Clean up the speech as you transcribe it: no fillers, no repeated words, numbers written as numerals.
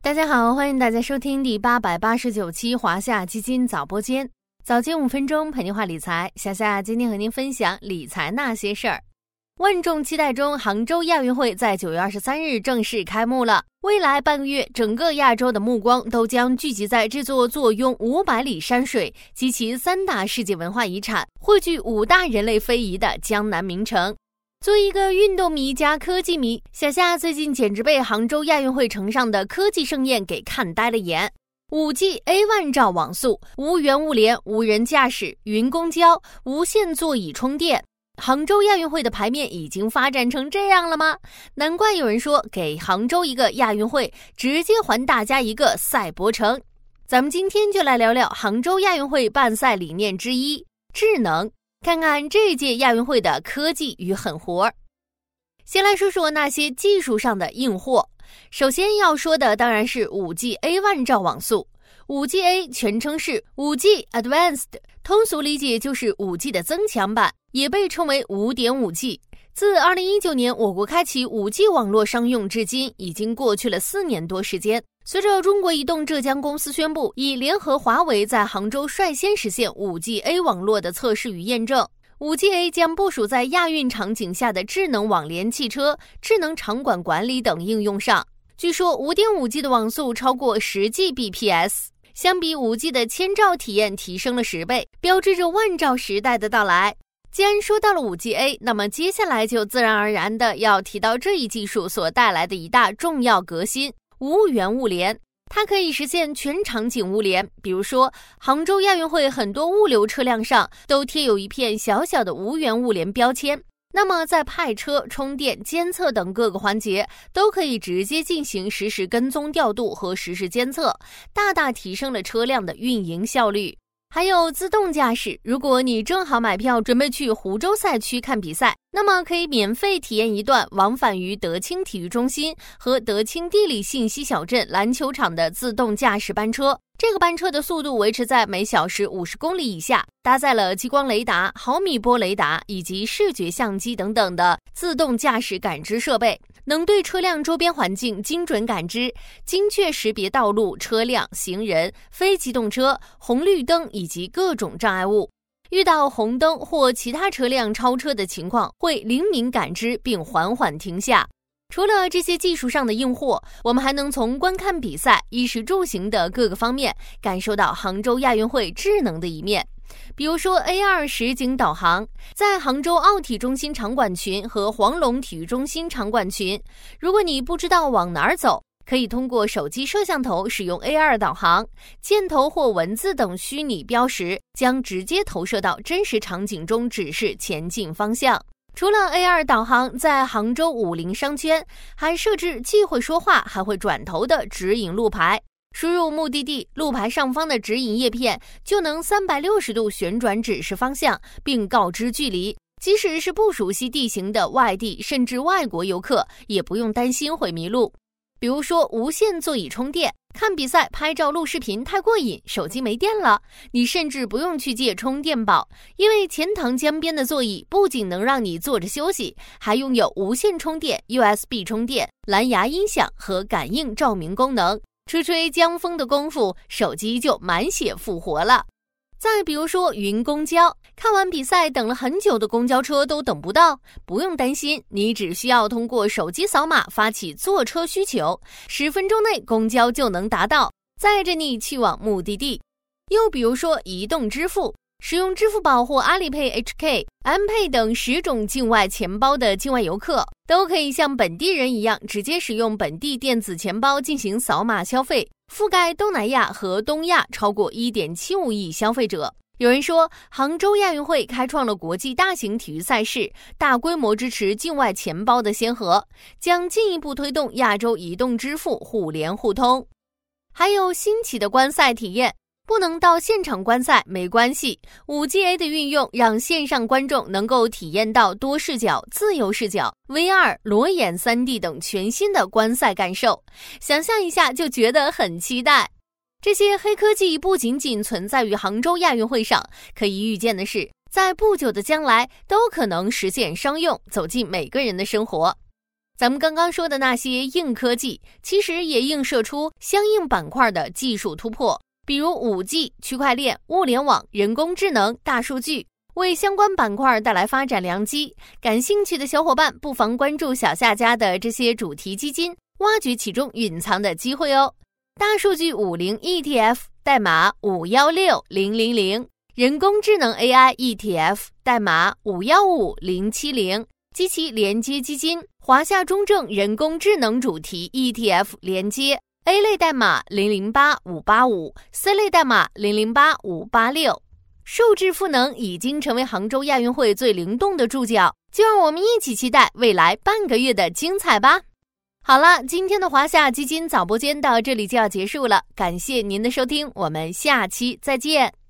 大家好，欢迎大家收听第889期华夏基金早播间，早间5分钟陪您话理财。夏今天和您分享理财那些事儿。万众期待中，杭州亚运会在9月23日正式开幕了。未来半个月，整个亚洲的目光都将聚集在这座坐拥500里山水及其3大世界文化遗产、汇聚5大人类非遗的江南名城。作为一个运动迷加科技迷，夏最近简直被杭州亚运会呈上的科技盛宴给看呆了眼。5G A1 兆网速、无源物联、无人驾驶、云公交、无线座椅充电。杭州亚运会的牌面已经发展成这样了吗？难怪有人说给杭州一个亚运会，直接还大家一个赛博城。咱们今天就来聊聊杭州亚运会办赛理念之一——智能。看看这届亚运会的科技与狠活。先来说说那些技术上的硬货。首先要说的当然是 5G A1 兆网速。5GA 全称是 5G Advanced， 通俗理解就是 5G 的增强版，也被称为 5.5G。 自2019年我国开启 5G 网络商用至今，已经过去了4年多时间。随着中国移动浙江公司宣布，已联合华为在杭州率先实现 5GA 网络的测试与验证， 5GA 将部署在亚运场景下的智能网联汽车、智能场馆管理等应用上。据说 5.5G 的网速超过10Gbps， 相比 5G 的1000兆体验提升了10倍，标志着万兆时代的到来。既然说到了 5GA， 那么接下来就自然而然的要提到这一技术所带来的一大重要革新——无源物联。它可以实现全场景物联，比如说杭州亚运会很多物流车辆上都贴有一片小小的无源物联标签，那么在派车、充电、监测等各个环节都可以直接进行实时跟踪调度和实时监测，大大提升了车辆的运营效率。还有自动驾驶，如果你正好买票准备去湖州赛区看比赛，那么可以免费体验一段往返于德清体育中心和德清地理信息小镇篮球场的自动驾驶班车。这个班车的速度维持在每小时50公里以下，搭载了激光雷达、毫米波雷达以及视觉相机等等的自动驾驶感知设备，能对车辆周边环境精准感知，精确识别道路、车辆、行人、非机动车、红绿灯以及各种障碍物。遇到红灯或其他车辆超车的情况，会灵敏感知并缓缓停下。除了这些技术上的硬货，我们还能从观看比赛、衣食住行的各个方面感受到杭州亚运会智能的一面。比如说 AR 实景导航，在杭州奥体中心场馆群和黄龙体育中心场馆群，如果你不知道往哪儿走，可以通过手机摄像头使用 AR 导航，箭头或文字等虚拟标识将直接投射到真实场景中，指示前进方向。除了 AR 导航，在杭州武林商圈还设置既会说话还会转头的指引路牌，输入目的地，路牌上方的指引叶片就能360度旋转指示方向，并告知距离。即使是不熟悉地形的外地甚至外国游客，也不用担心会迷路。比如说无线座椅充电，看比赛、拍照、录视频太过瘾，手机没电了，你甚至不用去借充电宝，因为钱塘江边的座椅不仅能让你坐着休息，还拥有无线充电、USB 充电、蓝牙音响和感应照明功能。吹吹江风的功夫，手机就满血复活了。再比如说云公交，看完比赛等了很久的公交车都等不到，不用担心，你只需要通过手机扫码发起坐车需求，10分钟内公交就能达到，载着你去往目的地。又比如说移动支付，使用支付宝或阿里Pay HK、M-Pay 等10种境外钱包的境外游客，都可以像本地人一样直接使用本地电子钱包进行扫码消费，覆盖东南亚和东亚超过 1.75 亿消费者。有人说，杭州亚运会开创了国际大型体育赛事大规模支持境外钱包的先河，将进一步推动亚洲移动支付互联互通。还有新奇的观赛体验，不能到现场观赛没关系， 5GA 的运用让线上观众能够体验到多视角、自由视角、VR、裸眼 3D 等全新的观赛感受，想象一下就觉得很期待。这些黑科技不仅仅存在于杭州亚运会上，可以预见的是，在不久的将来都可能实现商用，走进每个人的生活。 咱们刚刚说的那些硬科技，其实也映射出相应板块的技术突破，比如 5G、区块链、物联网、人工智能、大数据，为相关板块带来发展良机。感兴趣的小伙伴不妨关注小夏家的这些主题基金，挖掘其中隐藏的机会哦。大数据50 ETF 代码516000，人工智能 AI ETF 代码515070，及其连接基金华夏中证人工智能主题 ETF 连接 A 类代码008585， C 类代码008586。数智赋能已经成为杭州亚运会最灵动的注脚，就让我们一起期待未来半个月的精彩吧。好了，今天的华夏基金早播间到这里就要结束了，感谢您的收听，我们下期再见。